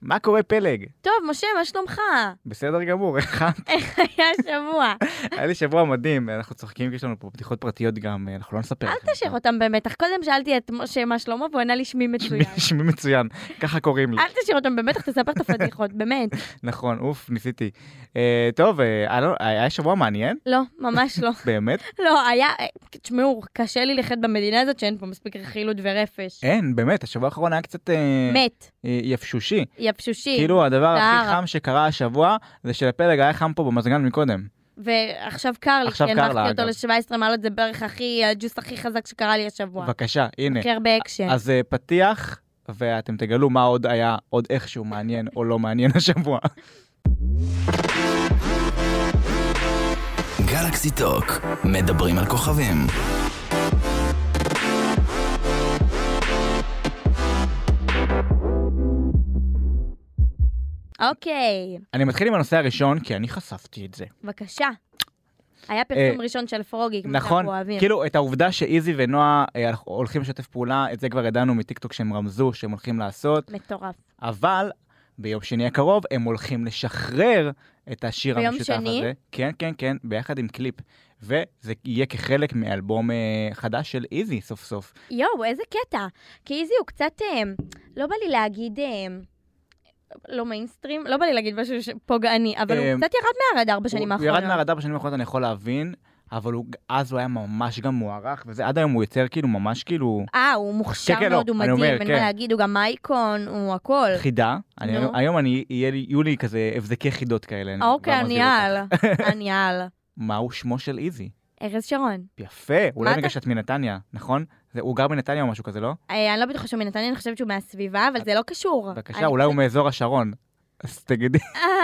מה קורה פלג? טוב, משה, מה שלומך? בסדר גמור, איך את? איך היה שבוע? היה לי שבוע מדהים, אנחנו צוחקים כי יש לנו פה בדיחות פרטיות גם, אנחנו לא נספר. אל תשאיר אותם במתח. קודם שאלתי את משה מה שלמה, והוא ענה לי שמי מצוין. שמי מצוין, ככה קוראים לי. אל תשאיר אותם במתח, תספר את הפדיחות, באמת. נכון, אוף, ניסיתי. טוב, היה שבוע מעניין? לא, ממש לא. באמת? לא, היה, תשמעו, קשה לי לחיות במדינה הזאת שאין פה מספיק רכילות ורפש. אין, באמת, השבוע האחרון היה קצת מת, יפשושי. יפשושי. כאילו הדבר הכי סער. חם שקרה השבוע, זה שלפלג היה חם פה במזגן מקודם. ועכשיו קר לי, עכשיו כי קר הנחתי לה, אותו אגב. ל-17 מעלות, זה בערך הג'וס הכי חזק שקרה לי השבוע. בבקשה, הנה. הכי הרבה אקשן. אז פתיח, ואתם תגלו מה עוד היה עוד איכשהו מעניין או לא מעניין השבוע. גלקסי טוק, מדברים על כוכבים. אוקיי, אני מתחיל עם הנושא הראשון, כי אני חשפתי את זה. בבקשה. היה פרסום ראשון של פרוגי, כמו נכון, שאנחנו אוהבים. כאילו את העובדה שאיזי ונועה הולכים לשתף פעולה, את זה כבר ידענו מטיקטוק שהם רמזו שהם הולכים לעשות, מטורף. אבל ביום שני הקרוב הם הולכים לשחרר את השיר ביום המשותף שני? הזה. כן, כן, כן, ביחד עם קליפ. וזה יהיה כחלק מאלבום חדש של איזי סוף סוף. יואו, איזה קטע. כי איזי הוא קצת, לא בא לי להגיד, לא מיינסטרים, לא בא לי להגיד משהו פוגעני, אבל הוא קצת ירד מהרדאר בשנים הוא האחרונות. ירד מהרדאר בשנים האחרונות, אני יכול להבין, אבל אז הוא היה ממש גם מוערך, וזה עד היום הוא יוצר כאילו ממש כאילו... הוא מוכשר כן, מאוד, לא, הוא אני אומר, מדהים, אין מה כן. להגיד, הוא גם אייקון, הוא הכל. חידה. נו. היום יהיו לי כזה הבזקי חידות כאלה. אוקיי, כבר אני מזהיר אותך. על. מהו שמו של איזי? ארז שרון. יפה, אולי מה בגלל אתה- שאת מנתניה, נכון? הוא גר בנתניה או משהו כזה, לא? אני לא בטוחה שהוא מנתניה, אני חושבת שהוא מהסביבה, אבל זה לא קשור. בבקשה, אולי הוא מאזור השרון. אז תגידי.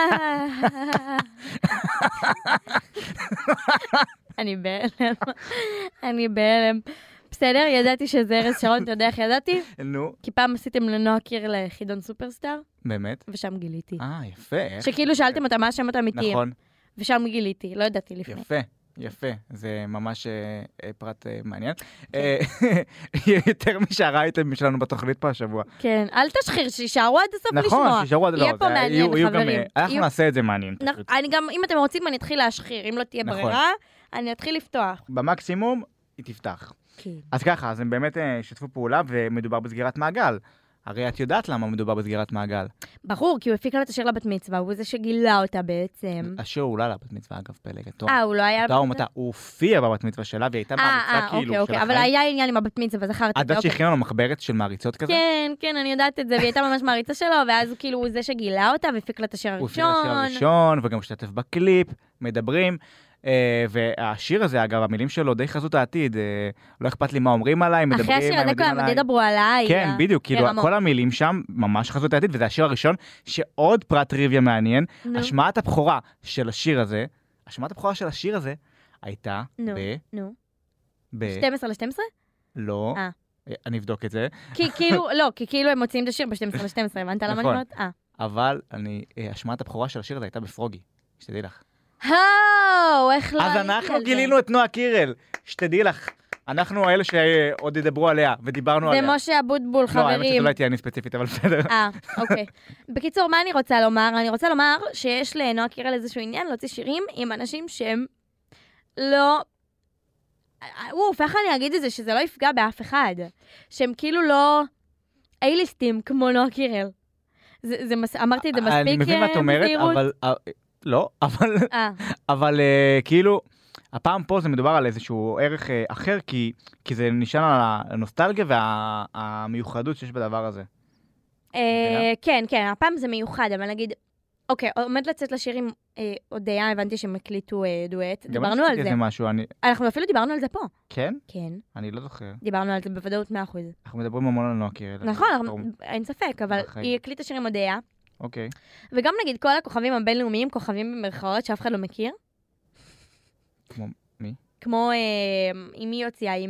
אני בהלם. בסדר, ידעתי שזה ארז שרון, אתה יודע איך ידעתי? נו, כי פעם עשיתם לנועה קיר לחידון סופרסטאר, באמת? ושם גיליתי. יפה. איך? שכאילו שאלתם אותה מה השמות האמיתיים, נכון, ושם גיליתי, לא ידעתי לפני. יפה. יפה, זה ממש פרט מעניין. יותר משאר האייטם שלנו בתוכנית פה השבוע. כן, אל תשחיר, שישארו עד הסוף לשמוע. נכון, שישארו עד יהיה פה מעניין, חברים. אנחנו נעשה את זה מעניין. אני גם, אם אתם רוצים, אני אתחיל להשחיר. אם לא תהיה נכון. ברירה, אני אתחיל לפתוח. במקסימום, היא תפתח. כן. אז ככה, אז הם באמת שתפו פעולה ומדובר בסגירת מעגל. הרי את יודעת למה מדובר בסגירת מעגל. ברור, כי הוא הפיק לה את השיר לבת מצווה, הוא זה שגילה אותה בעצם. השיר הוא לא לבת מצווה, אגב, פלג. הוא לא היה... הוא הופיע בבת מצווה שלה, והיא הייתה מעריצה כאילו של אוקיי, אבל החיים. היה עניין עם הבת מצווה, זכרתי את יודעת שהכינו לו מחברת של מעריצות כזה? כן, כן, אני יודעת את זה, והיא הייתה ממש מעריצה שלו, ואז הוא כאילו זה שגילה אותה, והפיק לה את השיר הוא הופיע לשיר הראשון. הראשון, וגם השתתף בקליפ, מדברים. והשיר הזה, אגב, המילים שלו די חזות העתיד. לא אכפת לי מה אומרים עליי, מדברים אחרי השיר מה הזה הם יודעים כולם עליי. ידברו עליי. כן, בדיוק, כאילו ברמות. כל המילים שם ממש חזות העתיד, וזה השיר הראשון, שעוד פרט טריוויה מעניין, נו. השמעת הבכורה של השיר הזה, הייתה נו. ב... 12 ל-12? לא, אני אבדוק את זה, כי כאילו הם מוציאים את השיר ב-12 ל-12, הבנת למה אני נכון. אומרת? אבל השמעת הבכורה של השיר הזה הייתה בפרוגי, שתדעי לך. איך לא אז עליתי אנחנו על זה? גילינו את נועה קירל, שתדעי לך. אנחנו האלה שעוד ידברו עליה, ודיברנו זה עליה. משה אבוטבול, לא, האמת חברים. שזה לא הייתי אני ספציפית, אבל בסדר. אוקיי. בקיצור, מה אני רוצה לומר? אני רוצה לומר שיש לנועה קירל איזשהו עניין להוציא שירים עם אנשים שהם לא... איך אני אגיד את זה? שזה לא יפגע באף אחד. שהם כאילו לא אייליסטים כמו נועה קירל. אמרתי את זה מספיק אני מבין מה את אומרת, בזהירות? אבל... לא, אבל כאילו, הפעם פה זה מדובר על איזשהו ערך אחר, כי זה נשען על הנוסטלגיה והמיוחדות שיש בדבר הזה. כן, הפעם זה מיוחד, אבל נגיד, אוקיי, עומד לצאת לשיר עם הודיה, הבנתי שהם הקליטו דואט, דיברנו על זה. אנחנו אפילו דיברנו על זה פה. כן? כן. אני לא זוכר. דיברנו על זה בוודאות 100%. אנחנו מדברים המון על נועה קירל. נכון, אין ספק, אבל היא הקליטה שיר עם הודיה. אוקיי. וגם נגיד כל הכוכבים הבינלאומיים, כוכבים במרכאות שאף אחד לא מכיר. כמו מי? כמו, עם מי הוציאה, עם...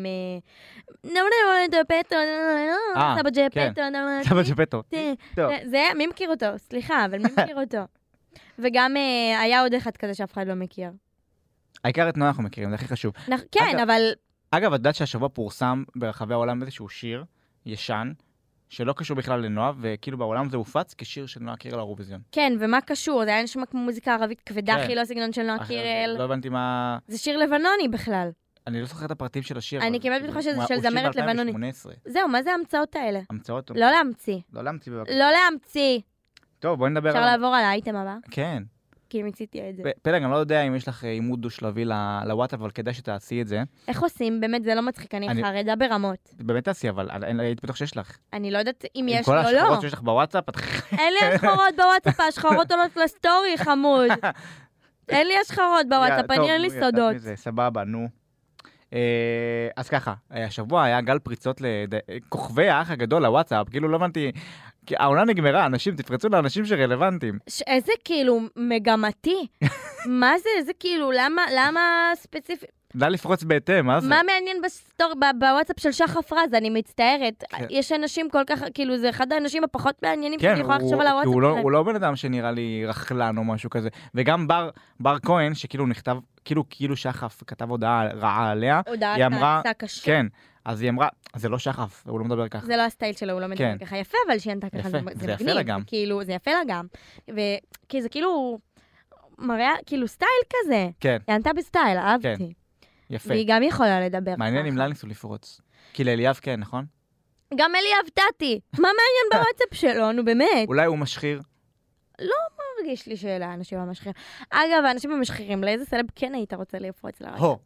סבא ג'פטו. סבא ג'פטו. זה, מי מכיר אותו? סליחה, אבל מי מכיר אותו? וגם היה עוד אחד כזה שאף אחד לא מכיר. העיקר את נועה אנחנו מכירים, זה הכי חשוב. כן, אבל... אגב, את יודעת שהשבוע פורסם ברחבי העולם איזשהו שיר ישן, שלא קשור בכלל לנועה, וכאילו בעולם זה הופץ כשיר של נועה קירל לאירוויזיון. כן, ומה קשור? זה היה נשמע כמו מוזיקה ערבית כבדה, הכי לא הסגנון של נועה קירל. לא הבנתי מה... זה שיר לבנוני בכלל. אני לא זוכר את הפרטים של השיר. אני כמעט בטוחה שזה של זמרת לבנונית. זהו, מה זה ההמצאות האלה? המצאות? לא להמציא. לא להמציא. לא להמציא. טוב, בואי נדבר אפשר לעבור על האייטם הבא? כן. כי מציתי את זה. פלג, אני לא יודע אם יש לך עימות דו-שלבי לוואטסאפ, אבל כדאי שתעשי את זה. איך עושים? באמת, זה לא מצחיק, אני חרדה ברמות. באמת תעשי, אבל הייתי בטוח שיש לך. אני לא יודעת אם יש או עם לא. כל השחרות שיש לך בוואטסאפ, אין לי השחרות בוואטסאפ, השחרות עולות לסטורי, חמוד. אין לי השחרות בוואטסאפ, אני אין לי סודות. סבבה, נו. אז ככה, השבוע היה גל פריצות לכוכבי האח הגדול לוואטסאפ, כאילו לא הבנתי, העונה נגמרה, אנשים, תפרצו לאנשים שרלוונטיים. איזה כאילו מגמתי, מה זה, איזה כאילו, למה ספציפי? לא לפרוץ בהתאם, מה זה? מה מעניין בוואטסאפ של שחף רז, אני מצטערת, יש אנשים כל כך, כאילו זה אחד האנשים הפחות מעניינים שאני יכולה לחשוב על הוואטסאפ. כן, הוא לא בן אדם שנראה לי רכלן או משהו כזה, וגם בר כהן, שכאילו נכתב, כאילו שחף כתב הודעה רעה עליה, היא אמרה, כן, אז היא אמרה, זה לא שחף, הוא לא מדבר ככה. זה לא הסטייל שלו, הוא לא מדבר ככה. יפה, אבל שהיא ענתה ככה, זה יפה לה גם. כאילו, זה יפה לה גם. כי זה כאילו, מראה, כאילו סטייל כזה. כן. היא ענתה בסטייל, אהבתי. יפה. והיא גם יכולה לדבר ככה. מעניין אם לה ניסו לפרוץ. כי לאליאב כן, נכון? גם אליאב טאטי. מה מעניין בוואטסאפ שלו? נו באמת. אולי הוא משחיר? לא מרגיש לי שאלה האנשים המשחירים. אגב, האנשים המשחירים, לאיזה סלב כן היית רוצה לפרוץ לוואטסאפ?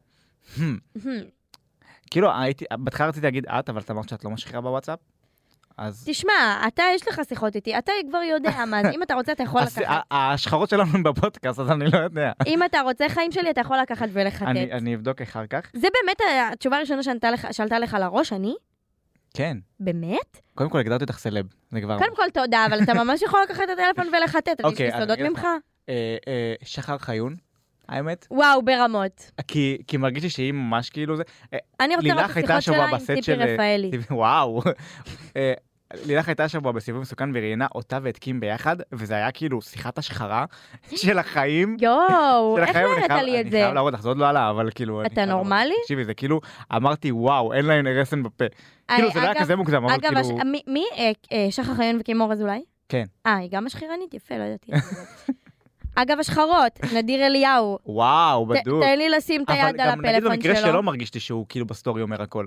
כאילו, בתחילה רציתי להגיד את, אבל אתה אמרת שאת לא משחירה בוואטסאפ? תשמע, אתה יש לך שיחות איתי, אתה כבר יודע מה, אם אתה רוצה אתה יכול לקחת. השחרות שלנו הם בפודקאסט, אז אני לא יודע. אם אתה רוצה חיים שלי, אתה יכול לקחת ולחטט. אני אבדוק אחר כך. זה באמת התשובה הראשונה שעלתה לך לראש, אני? כן. באמת? קודם כל, הגדרתי אותך סלב, זה כבר... קודם כל תודה, אבל אתה ממש יכול לקחת את הטלפון ולחטט, יש לי סודות ממך. שחר חיון, האמת. וואו, ברמות. כי מרגיש לי שהיא ממש כאילו זה... אני רוצה לראות את השיחות שלה עם ציפי רפאלי. וואו. לילך הייתה שבוע בסיבוב מסוכן וראיינה אותה ואת קים ביחד, וזה היה כאילו שיחת השחרה של החיים. יואו, איך לא הראית לי את זה? אני חייב להראות לך, זה עוד לא עלה, אבל כאילו... אתה נורמלי? תקשיבי, זה כאילו, אמרתי, וואו, אין להם רסן בפה. כאילו, זה לא היה כזה מוקדם, אבל כאילו... אגב, מי? שחר חיון וקים אורז אולי? כן. היא גם השחירנית? יפה, לא ידעתי. אגב, השחרות, נדיר אליהו. וואו, בדוק. תן לי לשים את היד על הפלאפון שלו. אבל נגיד במקרה שלא מרגישתי שהוא כאילו בסטורי אומר הכל.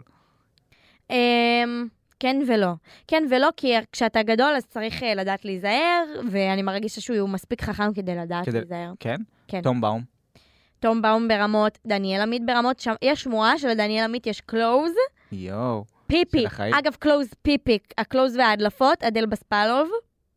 כן ולא. כן ולא, כי כשאתה גדול אז צריך לדעת להיזהר, ואני מרגישה שהוא מספיק חכם כדי לדעת להיזהר. כן? כן. תום באום. תום באום ברמות, דניאל עמית ברמות, יש שמועה שלדניאל עמית יש קלוז. יואו. פיפי. אגב, קלוז פיפי, הקלוז וההדלפות, אדל בספלוב.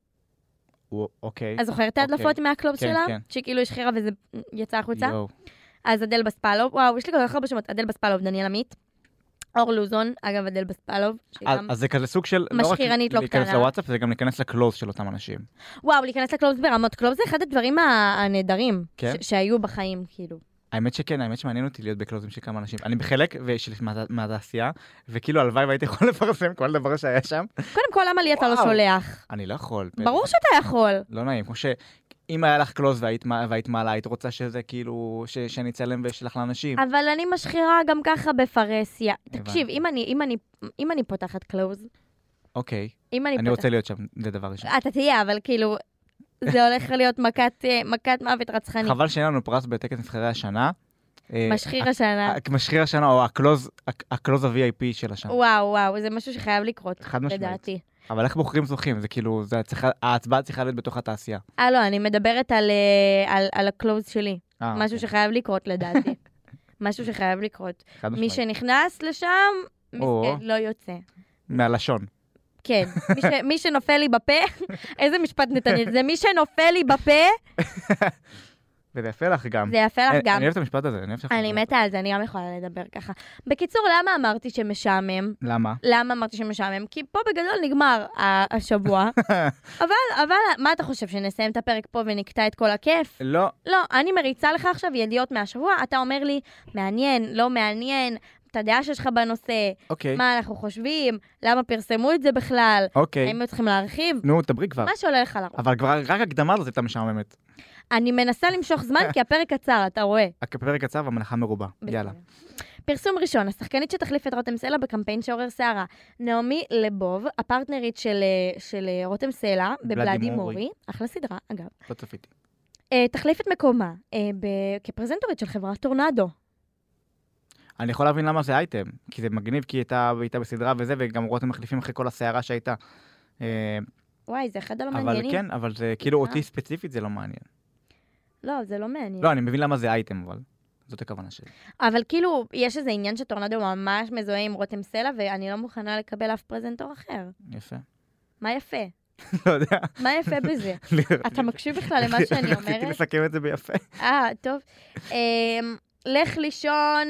אוקיי. אז זוכרת את ההדלפות מהקלוז שלה? כן. שכאילו השחירה וזה יצא החוצה? יואו. אז אדל בספלוב, וואו, יש לי כל כך הרבה שמות, אדל בספלוב, דניאל עמית. אור לוזון, אגב, אדל בספלוב. אז זה כזה סוג של... משחירנית לא קטנה. להיכנס לוואטסאפ, זה גם להיכנס לקלוז של אותם אנשים. וואו, להיכנס לקלוז ברמות. קלוז זה אחד הדברים הנהדרים שהיו בחיים, כאילו. האמת שכן, האמת שמעניין אותי להיות בקלוזים של כמה אנשים. אני בחלק מהתעשייה, וכאילו הלוואי והייתי יכול לפרסם כל דבר שהיה שם. קודם כל, למה לי אתה לא שולח? אני לא יכול. ברור שאתה יכול. לא נעים, כמו שאם היה לך קלוז והיית מעלה, היית רוצה שזה כאילו, שאני אצלם ושלח לאנשים. אבל אני משחירה גם ככה בפרסיה. תקשיב, אם אני פותחת קלוז... אוקיי. אני רוצה להיות שם, זה דבר ראשון. אתה תהיה, אבל כאילו... זה הולך להיות מכת מוות רצחני. חבל שאין לנו פרס בטקס נבחרי השנה. משחיר השנה. משחיר השנה, או הקלוז ה-VIP של השנה. וואו, זה משהו שחייב לקרות, לדעתי. אבל איך בוחרים זוכים? זה כאילו, ההצבעה צריכה להיות בתוך התעשייה. לא, אני מדברת על הקלוז שלי. משהו שחייב לקרות, לדעתי. משהו שחייב לקרות. מי שנכנס לשם, לא יוצא. מהלשון. כן, מי שנופל לי בפה, איזה משפט נתנית, זה מי שנופל לי בפה. וזה יפה לך גם. זה יפה לך גם. אני אוהב את המשפט הזה. אני מתה על זה, אני גם יכולה לדבר ככה. בקיצור, למה אמרתי שמשעמם? למה? למה אמרתי שמשעמם? כי פה בגדול נגמר השבוע. אבל מה אתה חושב, שנסיים את הפרק פה ונקטע את כל הכיף? לא. לא, אני מריצה לך עכשיו ידיעות מהשבוע, אתה אומר לי, מעניין, לא מעניין, את הדעה שלך בנושא, מה אנחנו חושבים, למה פרסמו את זה בכלל, האם צריכים להרחיב? נו, תברי כבר. מה שעולה לך לראש. אבל כבר רק הקדמה הזאת הייתה משעממת. אני מנסה למשוך זמן, כי הפרק קצר, אתה רואה. הפרק קצר והמלאכה מרובה. יאללה. פרסום ראשון, השחקנית שתחליף את רותם סלע בקמפיין שעורר שערה. נעמי לבוב, הפרטנרית של רותם סלע בבלאדי מורי, אחלה סדרה, אגב. לא צפיתי. תחליף את מקומה כפרזנטורית של חברת טורנדו. אני יכול להבין למה זה אייטם, כי זה מגניב, כי הייתה בסדרה וזה, וגם רותם מחליפים אחרי כל הסערה שהייתה. וואי, זה אחד הלא מעניינים. אבל כן, אבל זה כאילו אותי ספציפית זה לא מעניין. לא, זה לא מעניין. לא, אני מבין למה זה אייטם, אבל זאת הכוונה שלי. אבל כאילו, יש איזה עניין שטורנדו ממש מזוהה עם רותם סלע, ואני לא מוכנה לקבל אף פרזנטור אחר. יפה. מה יפה? לא יודע. מה יפה בזה? אתה מקשיב בכלל למה שאני אומרת? רציתי לסכם את זה ביפה. טוב. לך לישון,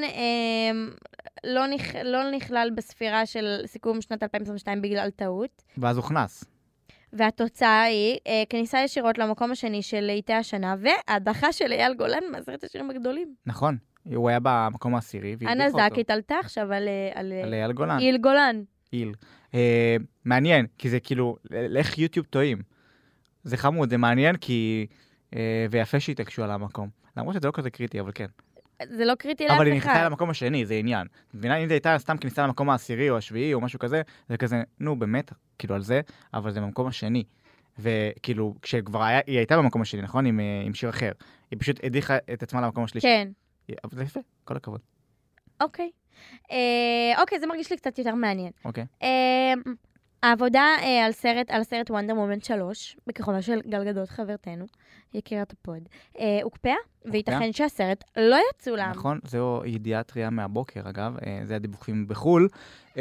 לא נכלל בספירה של סיכום שנת 2022 בגלל טעות. ואז הוכנס. והתוצאה היא כניסה ישירות למקום השני של להיטי השנה, והדחה של אייל גולן מעשרת השירים הגדולים. נכון. הוא היה במקום העשירי. אנה זקית עלתה עכשיו על אייל גולן. אייל גולן. איל. מעניין, כי זה כאילו, איך יוטיוב טועים. זה חמוד, זה מעניין, כי... ויפה שהתעקשו על המקום. למרות שזה לא כזה קריטי, אבל כן. זה לא קריטי לאף אחד. אבל היא נכנסה למקום השני, זה עניין. מבינה, אם זה הייתה סתם כניסה למקום העשירי או השביעי או משהו כזה, זה כזה, נו, באמת, כאילו על זה, אבל זה במקום השני. וכאילו, כשכבר היא הייתה במקום השני, נכון? עם שיר אחר. היא פשוט הדיחה את עצמה למקום השלישי. כן. אבל זה יפה, כל הכבוד. אוקיי. אוקיי, זה מרגיש לי קצת יותר מעניין. אוקיי. העבודה על סרט וונדר מומנט 3, בכחולה של גל גדות חברתנו, יקירת הפוד, הוקפאה, וייתכן שהסרט לא יצולם. נכון, זו ידיעה טריה מהבוקר, אגב, זה הדיווחים בחול.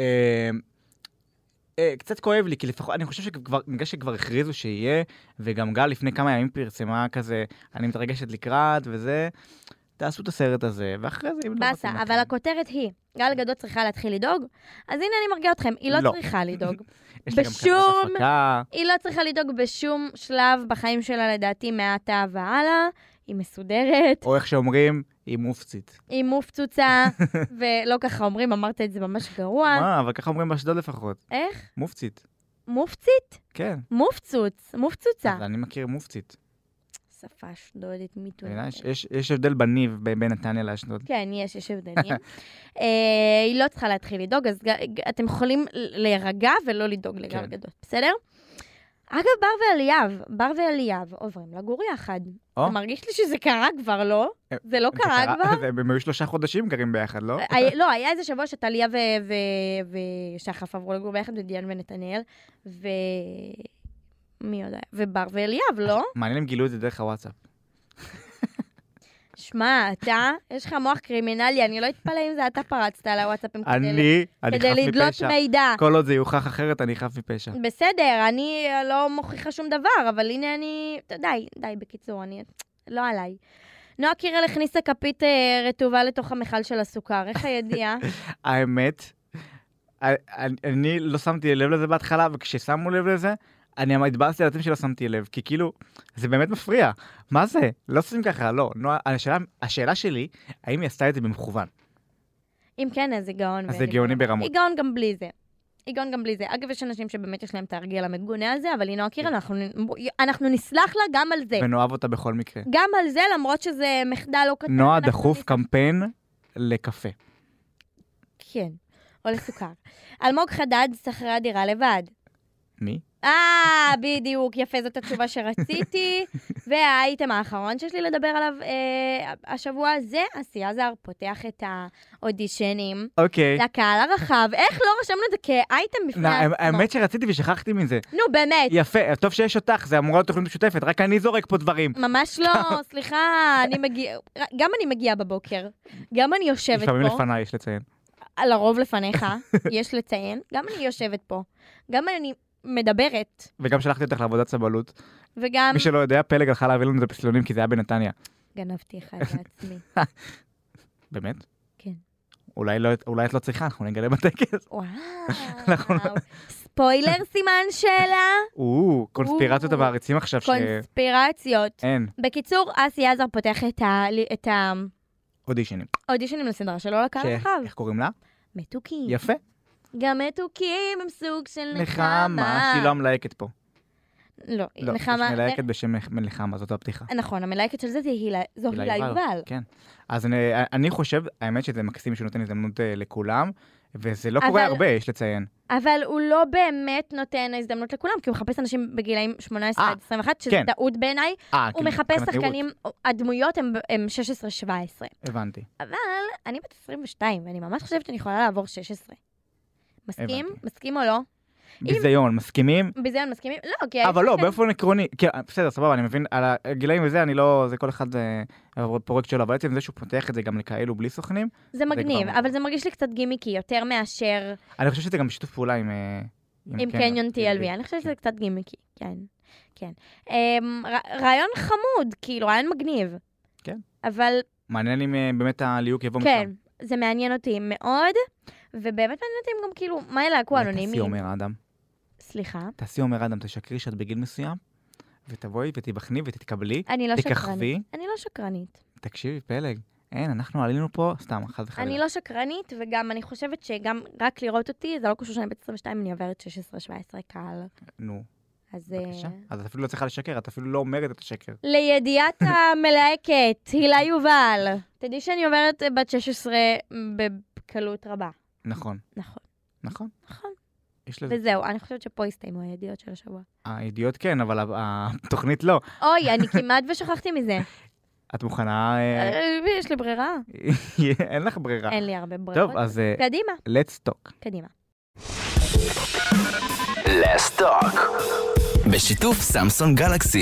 קצת כואב לי, כי לפחות, אני חושב בגלל שכבר הכריזו שיהיה, וגם גל לפני כמה ימים פרסמה כזה, אני מתרגשת לקראת וזה, תעשו את הסרט הזה, ואחרי זה... בסה, אבל הכותרת היא, גל גדות צריכה להתחיל לדאוג, אז הנה אני מרגיעה אתכם, היא לא צריכה לדאוג. היא לא צריכה לדאוג בשום שלב בחיים שלה, לדעתי, מעתה והלאה, היא מסודרת. או איך שאומרים, היא מופצית. היא מופצוצה, ולא ככה אומרים, אמרת את זה ממש גרוע. מה, אבל ככה אומרים באשדוד לפחות. איך? מופצית. מופצית? כן. מופצוצה. אז אני מכיר מופצית. שפה אשדודית מיתון. יש הבדל בניב בין נתניה לאשדוד. כן, יש הבדלים. היא לא צריכה להתחיל לדאוג, אז אתם יכולים להירגע ולא לדאוג לגל גדות, בסדר? אגב, בר ואליאב עוברים לגור יחד. זה מרגיש לי שזה קרה כבר, לא? זה לא קרה כבר? הם היו 3 חודשים גרים ביחד, לא? לא, היה איזה שבוע שטליה ושחף עברו לגור ביחד, ודיאן ונתנאל, מי יודע? ובר ואליאב, לא? מעניין אם גילו את זה דרך הוואטסאפ. שמע, יש לך מוח קרימינלי, אני לא אתפלא אם זה אתה פרצת על הוואטסאפים כדי לדלות מידע. כל עוד זה יוכח אחרת, אני חף מפשע. בסדר, אני לא מוכיחה שום דבר, אבל הנה אני... די, בקיצור, לא עליי. נועה קירל הכניסה כפית רטובה לתוך המכל של הסוכר, איך הידיעה? האמת, אני לא שמתי לב לזה בהתחלה, וכששמו לב לזה, אני התבאסתי על עצמי שלא שמתי לב, כי כאילו, זה באמת מפריע. מה זה? לא עושים ככה, לא. השאלה שלי, האם היא עשתה את זה במכוון? אם כן, אז זה גאון. אז זה גאוני ברמות. היא גאון גם בלי זה. אגב, יש אנשים שבאמת יש להם את ההרגיל המגונה הזה, אבל היא נועה קירל, אנחנו נסלח לה גם על זה. ונאהב אותה בכל מקרה. גם על זה, למרות שזה מחדל לא קטן. נועה דחוף קמפיין לקפה. כן, או לסוכר. אלמוג חדד שכרה דירה לבד. מי? בדיוק, יפה, זאת התשובה שרציתי. והאייטם האחרון שיש לי לדבר עליו השבוע הזה, עשייה זר פותח את האודישנים לקהל הרחב. איך לא רשמנו את זה כאייטם בפני עצמו? האמת שרציתי ושכחתי מזה. נו, באמת. יפה, טוב שיש אותך, זה אמורה להיות תוכנית משותפת, רק אני זורק פה דברים. ממש לא, סליחה, גם אני מגיעה בבוקר, גם אני יושבת פה. לפעמים לפניי, יש לציין. לרוב לפניך, יש לציין, גם אני יושבת פה, גם אני מדברת. וגם שלחתי אותך לעבודת סבלות. וגם... מי שלא יודע, פלג הלכה להביא לנו את הפסלונים, כי זה היה בנתניה. גנבתי אחד לעצמי. באמת? כן. אולי את לא צריכה, אנחנו נגלה בטקס. וואו. ספוילר סימן שאלה? קונספירציות המעריצים עכשיו קונספירציות. אין. בקיצור, אסי עזר פותח את ה... אודישנים לסדרה שלו לקהל רחב. איך קוראים לה? מתוקים. יפה. גם מתוקים הם סוג של נחמה. שהיא לא המלהקת פה. לא, לא, יש מלהקת בשם מלחמה, זאת הפתיחה. נכון, המלהקת של זה זו הילה יובל. כן. אז אני חושב, האמת שזה מקסים שנותן הזדמנות לכולם, וזה לא קורה הרבה, יש לציין. אבל הוא לא באמת נותן הזדמנות לכולם, כי הוא מחפש אנשים בגילאים 18 עד 21, שזה טעות בעיניי. הוא מחפש שחקנים, הדמויות הם 16-17. הבנתי. אבל אני בת 22, ואני ממש חושבת שאני יכולה לעבור 16. מסכים? מסכים או לא? ביזיון, מסכימים? ביזיון, מסכימים? לא, כי... אבל לא, באופן עקרוני, בסדר, סבבה, אני מבין, על הגילאים וזה, אני לא, זה כל אחד פרויקט שלו, אבל בעצם זה שהוא פותח את זה גם לכאלו בלי סוכנים. זה מגניב, אבל זה מרגיש לי קצת גימיקי, יותר מאשר... אני חושב שזה גם בשיתוף פעולה עם קניון TLV, אני חושבת שזה קצת גימיקי, כן. רעיון חמוד, כאילו, רעיון מגניב. כן. אבל... מעניין אם באמת הליהוק יבוא משם. כן, זה מעניין אותי מאוד, ובאמת מעניין אותי גם כאילו, מה ילהקו אנונימיים? תעשי אומר אדם. סליחה? תעשי אומר אדם, תשקרי שאת בגיל מסוים, ותבואי ותבחני ותתקבלי. אני לא שקרנית. אני לא שקרנית. תקשיבי, פלג. אין, אנחנו עלינו פה סתם, חד וחלילה. אני לא שקרנית, וגם אני חושבת שגם רק לראות אותי, זה לא קשור שאני בת 22, אני עוברת 16-17 קהל. נו. אז... בבקשה. אז את אפילו לא צריכה לשקר, את אפילו לא אומרת את השקר. לידיעת המלהקת, הילה יובל. תדעי שאני עוברת בת 16 בקלות רבה. נכון. נכון. נכון? נכון. וזהו, אני חושבת שפה הסתיימו הידיעות של השבוע. הידיעות כן, אבל התוכנית לא. אוי, אני כמעט ושכחתי מזה. את מוכנה... יש לי ברירה. אין לך ברירה. אין לי הרבה ברירות. טוב, אז... קדימה. Let's talk. קדימה. Let's talk. בשיתוף סמסונג גלקסי.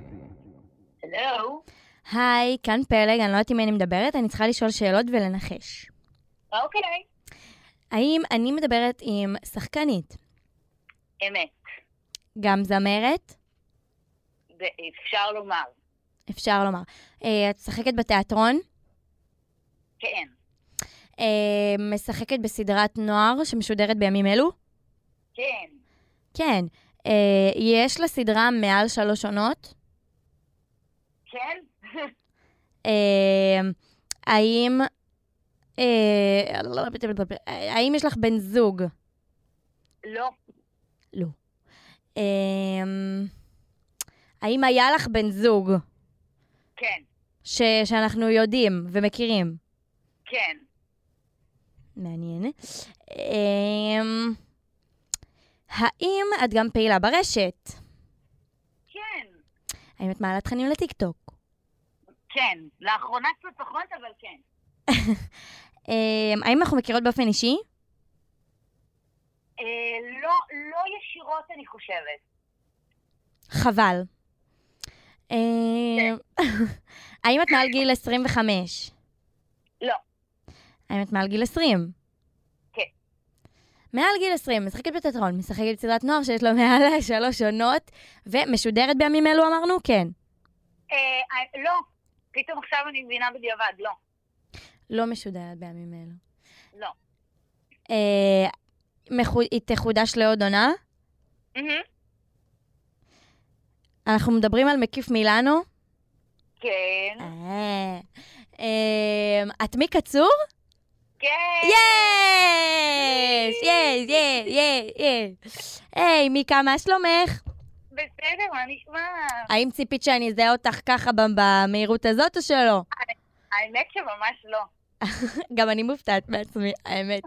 הלו. היי, כאן פלג, אני לא יודעת אם אני מדברת, אני צריכה לשאול שאלות ולנחש. אוקיי. האם אני מדברת עם שחקנית? אמת. גם זמרת? אפשר לומר. אפשר לומר. את משחקת בתיאטרון? כן. משחקת בסדרת נוער שמשודרת בימים אלו? כן. כן. יש לה סדרה מעל 3 עונות? כן. האם יש לך בן זוג? לא. לא. האם היה לך בן זוג? כן. שאנחנו יודעים ומכירים? כן. מעניין. האם את גם פעילה ברשת? כן. האם את מעלה תכנים לטיקטוק? כן. לאחרונה קצת פחות, אבל כן. האם אנחנו מכירות באופן אישי? לא ישירות אני חושבת. חבל. האם את מעל גיל 25? לא. האם את מעל גיל 20? כן. מעל גיל 20, משחקת בתיאטרון, משחקת בסדרת נוער שיש לו מעל 3 עונות, ומשודרת בימים אלו אמרנו? כן. לא. פתאום עכשיו אני מבינה בדיעבד, לא. לא משודרת בימים אלו. לא. היא תחודש לעוד עונה? אנחנו מדברים על מקיף מילאנו? כן. את מי קצור? כן. יש. היי, מיקה, מה שלומך? בסדר, מה נשמע? האם ציפית שאני אזהה אותך ככה במהירות הזאת או שלא? האמת שממש לא. גם אני מופתעת בעצמי, האמת.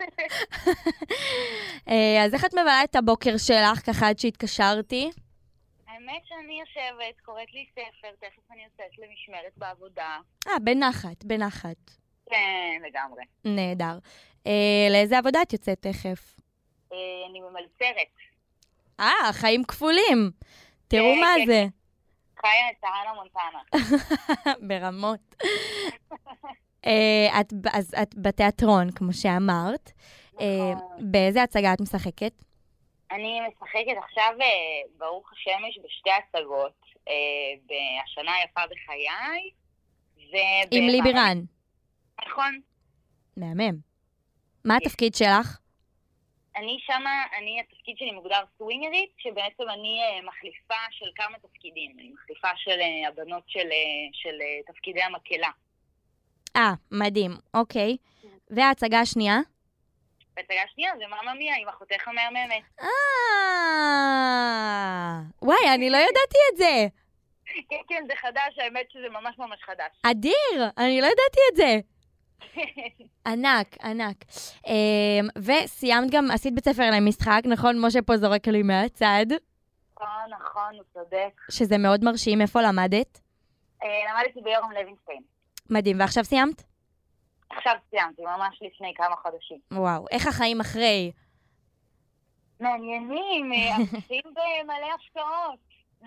אז איך את מבלה את הבוקר שלך ככה עד שהתקשרתי? האמת שאני יושבת, קוראת לי ספר, תכף אני יוצאת למשמרת בעבודה. בנחת. כן, לגמרי. נהדר. לאיזה עבודה את יוצאת תכף? אני ממלצרת. חיים כפולים. תראו מה זה. חיה את טהנה מונטנה. ברמות. אז את בתיאטרון, כמו שאמרת. באיזה הצגה את משחקת? אני משחקת עכשיו, ברוך השמש, בשתי הצגות. בהשנה היפה בחיי. עם ליבירן. נכון. מהמם. מה התפקיד שלך? התפקיד שלי מוגדר סווינגרית, שבעצם אני מחליפה של כמה תפקידים. אני מחליפה של הבנות של תפקידי המקהלה. מדהים, אוקיי. וההצגה השנייה? והצגה השנייה זה מאמא מיה עם אחותך המהממת. וואי, אני לא ידעתי את זה. כן, כן, זה חדש, האמת שזה ממש ממש חדש. אדיר, אני לא ידעתי את זה. ענק, ענק. וסיימת גם, עשית בית ספר למשחק, נכון? משה פה זורק לי מהצד. נכון, הוא צודק. שזה מאוד מרשים, איפה למדת? למדתי ביורם לוינסטיין. מדהים, ועכשיו סיימת? עכשיו סיימתי, ממש לפני כמה חודשים. וואו, איך החיים אחרי? מעניינים, עושים במלא הפתעות.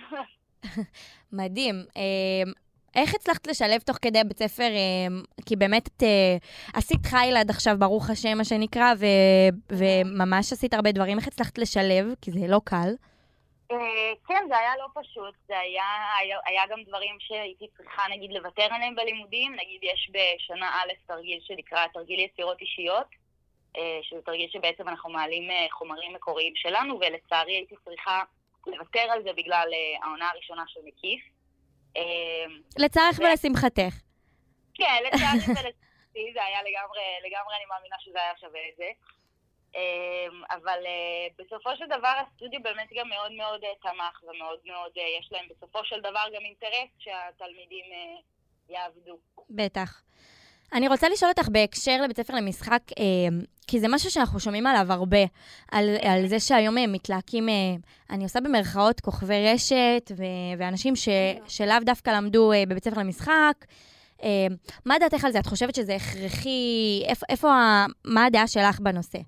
מדהים. איך הצלחת לשלב תוך כדי בית ספר? כי באמת את עשית חיל עד עכשיו, ברוך השם, מה שנקרא, וממש עשית הרבה דברים. איך הצלחת לשלב? כי זה לא קל. כן, זה היה לא פשוט. זה היה גם דברים שהייתי צריכה, נגיד, לוותר עליהם בלימודים. נגיד, יש בשנה א' תרגיל שנקרא תרגיל יצירות אישיות, שזה תרגיל שבעצם אנחנו מעלים חומרים מקוריים שלנו, ולצערי הייתי צריכה לוותר על זה בגלל העונה הראשונה של מקיף. לצערך ולשמחתך. כן, לצערי ולשמחתי, זה היה לגמרי אני מאמינה שזה היה שווה את זה. אבל בסופו של דבר הסטודיו באמת גם מאוד מאוד תמך ומאוד מאוד יש להם בסופו של דבר גם אינטרס שהתלמידים יעבדו. בטח. אני רוצה לשאול אותך בהקשר לבית ספר למשחק, כי זה משהו שאנחנו שומעים עליו הרבה, על זה שהיום מתלהקים, אני עושה במרכאות כוכבי רשת, ואנשים שלאו דווקא למדו בבית ספר למשחק. מה דעתך על זה? את חושבת שזה הכרחי? מה הדעה שלך בנושא?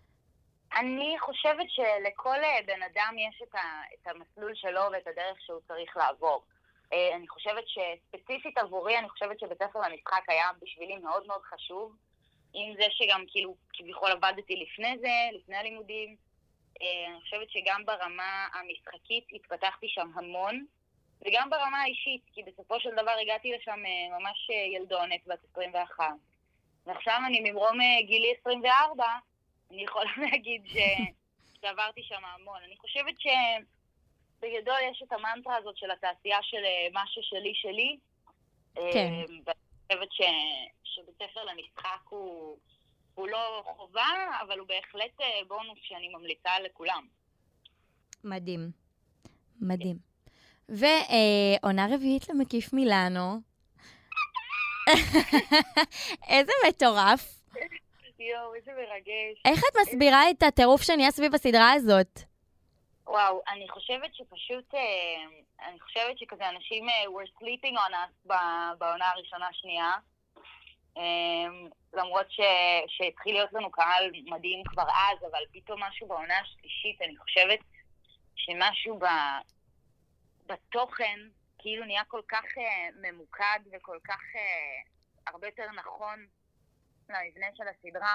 אני חושבת שלכל בן אדם יש את המסלול שלו ואת הדרך שהוא צריך לעבור. אני חושבת שספציפית עבורי, אני חושבת שבית ספר למשחק היה בשבילי מאוד מאוד חשוב, עם זה שגם כאילו כביכול עבדתי לפני זה, לפני הלימודים. אני חושבת שגם ברמה המשחקית התפתחתי שם המון, וגם ברמה האישית, כי בסופו של דבר הגעתי לשם ממש ילדונת בת 21. ועכשיו אני ממרום גילי 24, אני יכולה להגיד שעברתי שם המון. אני חושבת שבגדול יש את המנטרה הזאת של התעשייה של משהו שלי. כן. ואני חושבת שבית ספר למשחק הוא לא חובה, אבל הוא בהחלט בונוס שאני ממליצה לכולם. מדהים. מדהים. ועונה רביעית למקיף מילאנו. איזה מטורף. יואו, איזה מרגש. איך את מסבירה את הטירוף שנהיה סביב הסדרה הזאת? וואו, אני חושבת שכזה אנשים were sleeping on us בעונה הראשונה השנייה. למרות שהתחיל להיות לנו קהל מדהים כבר אז, אבל פתאום משהו בעונה השלישית, אני חושבת שמשהו בתוכן כאילו נהיה כל כך ממוקד וכל כך הרבה יותר נכון למבנה של הסדרה,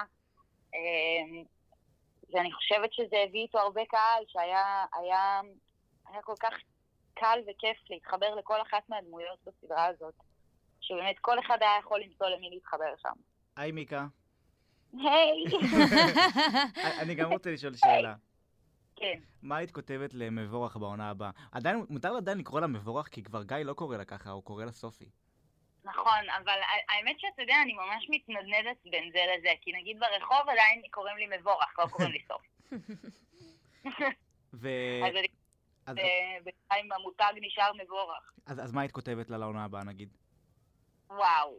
ואני חושבת שזה הביא איתו הרבה קהל שהיה כל כך קל וכיף להתחבר לכל אחת מהדמויות בסדרה הזאת, שבאמת כל אחד היה יכול למצוא למי להתחבר שם. היי מיקה. היי. אני גם רוצה לשאול שאלה. כן. מה היית כותבת למבורך בעונה הבאה? עדיין, מותר עדיין לקרוא לה מבורך, כי כבר גיא לא קורא לה ככה, הוא קורא לה סופי. נכון, אבל האמת שאתה יודע, אני ממש מתנדנדת בין זה לזה, כי נגיד ברחוב עדיין קוראים לי מבורך, לא קוראים לי סוף. אז בינתיים המותג נשאר מבורך. אז מה היית כותבת לה לעונה הבאה, נגיד? וואו.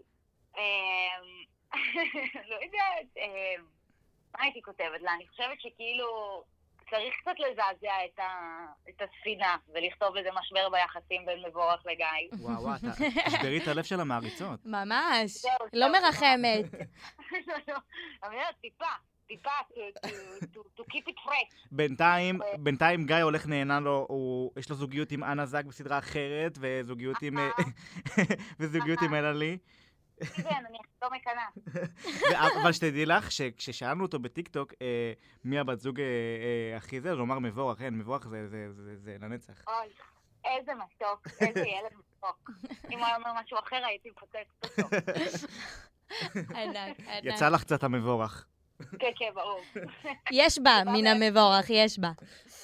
לא יודעת, מה הייתי כותבת לה? אני חושבת שכאילו צריך קצת לזעזע את הספינה ולכתוב איזה משבר ביחסים בין מבורך לגיא. וואו, אתה תשברי את הלב של המעריצות. ממש, לא מרחמת. אבל טיפה, to keep it fresh. בינתיים גיא הולך נהנה לו, יש לו זוגיות עם אנה זק בסדרה אחרת, וזוגיות עם אללי. כן, אני לא מקנה. אבל שתדעי לך, שכששאלנו אותו בטיקטוק, מי הבת זוג הכי זה, הוא אמר מבורך, אין, מבורך זה לנצח. אוי, איזה מתוק, איזה ילד מתוק. אם הוא אומר משהו אחר, הייתי מפוצצת אותו. ענק. יצא לך קצת המבורך. כן, כן, ברור. יש בה, מן המבורך, יש בה.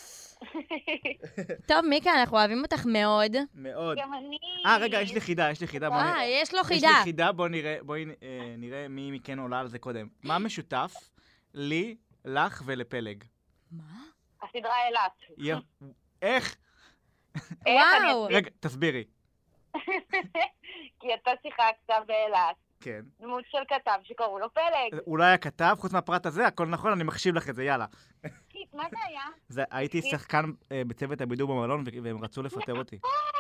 טוב, מיקה, אנחנו אוהבים אותך מאוד. מאוד. גם אני. רגע, יש לי חידה. יש לו חידה. יש לי חידה, בואי נראה מי מכן עולה על זה קודם. מה משותף לי לך ולפלג. מה? הסדרה אילת. איך? וואו. רגע, תסבירי. כי אתה שיחקת באילת. כן. דמות של כתב שקראו לו פלג. הוא לא היה כתב, חוץ מהפרט הזה, הכל נכון, אני מחשיב לך את זה, יאללה. מה זה היה? הייתי שחקן בצוות הבידור במלון, והם רצו לפטר אותי.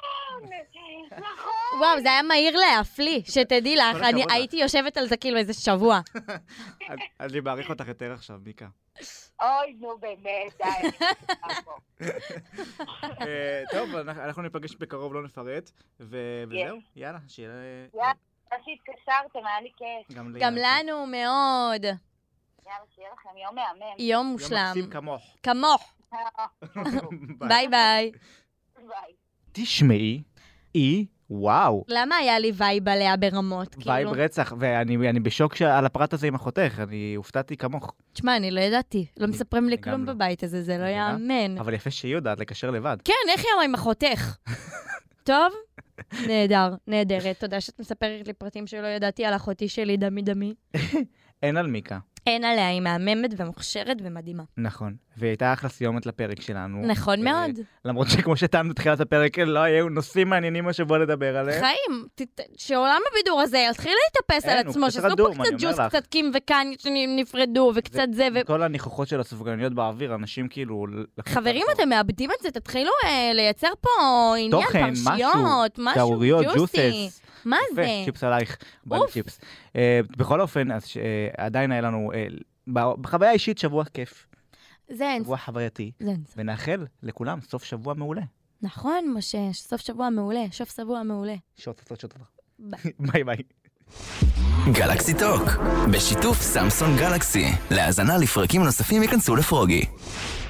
נכון. וואו, זה היה מהיר להפליא, שתדעי לך, אני הייתי יושבת על זה כאילו איזה שבוע. אני מעריך אותך יותר עכשיו, מיקה. אוי, נו באמת, די. טוב, אנחנו ניפגש בקרוב, לא נפרט, וזהו, יאללה, שיהיה... יאללה, שהתקשרתם, היה לי כיף. גם לנו מאוד. יאללה, שיהיה לכם יום מהמם. יום מושלם. יום מקסים כמוך. כמוך. ביי ביי. ביי. תשמעי, וואו. למה היה לי וייב עליה ברמות? וייב רצח, ואני בשוק על הפרט הזה עם אחותך, אני הופתעתי כמוך. תשמע, אני לא ידעתי, לא מספרים לי כלום בבית הזה, זה לא יאמן. אבל יפה שהיא יודעת לקשר לבד. כן, איך היא עם אחותך? טוב? נהדר, נהדרת. תודה שאת מספרת לי פרטים שלא ידעתי על אחותי שלי, דמי. אין על מיקה. אין עליה, היא מהממת ומוכשרת ומדהימה. נכון, והיא הייתה אחלה סיומת לפרק שלנו. נכון מאוד. למרות שכמו שטענו בתחילת הפרק, לא היו נושאים מעניינים השבוע לדבר עליהם. חיים, שעולם הבידור הזה יתחיל להתאפס על עצמו, שסנו פה קצת ג'וס, קצת קים וכאן נפרדו, וקצת זה. כל הניחוחות של הסופגניות באוויר, אנשים כאילו... חברים, אתם מאבדים את זה, תתחילו לייצר פה עניין, פרשיות, משהו ג'וסי. מה זה? צ'יפס עלייך, בא לי צ'יפס. בכל אופן, אז עדיין היה לנו, בחוויה אישית, שבוע כיף. זה אין. שבוע חווייתי. ונאחל לכולם סוף שבוע מעולה. נכון, משה, סוף שבוע מעולה, סוף שבוע מעולה. שוט. ביי ביי. גלקסי טוק, בשיתוף סמסון גלקסי. להאזנה לפרקים נוספים ייכנסו לפרוגי.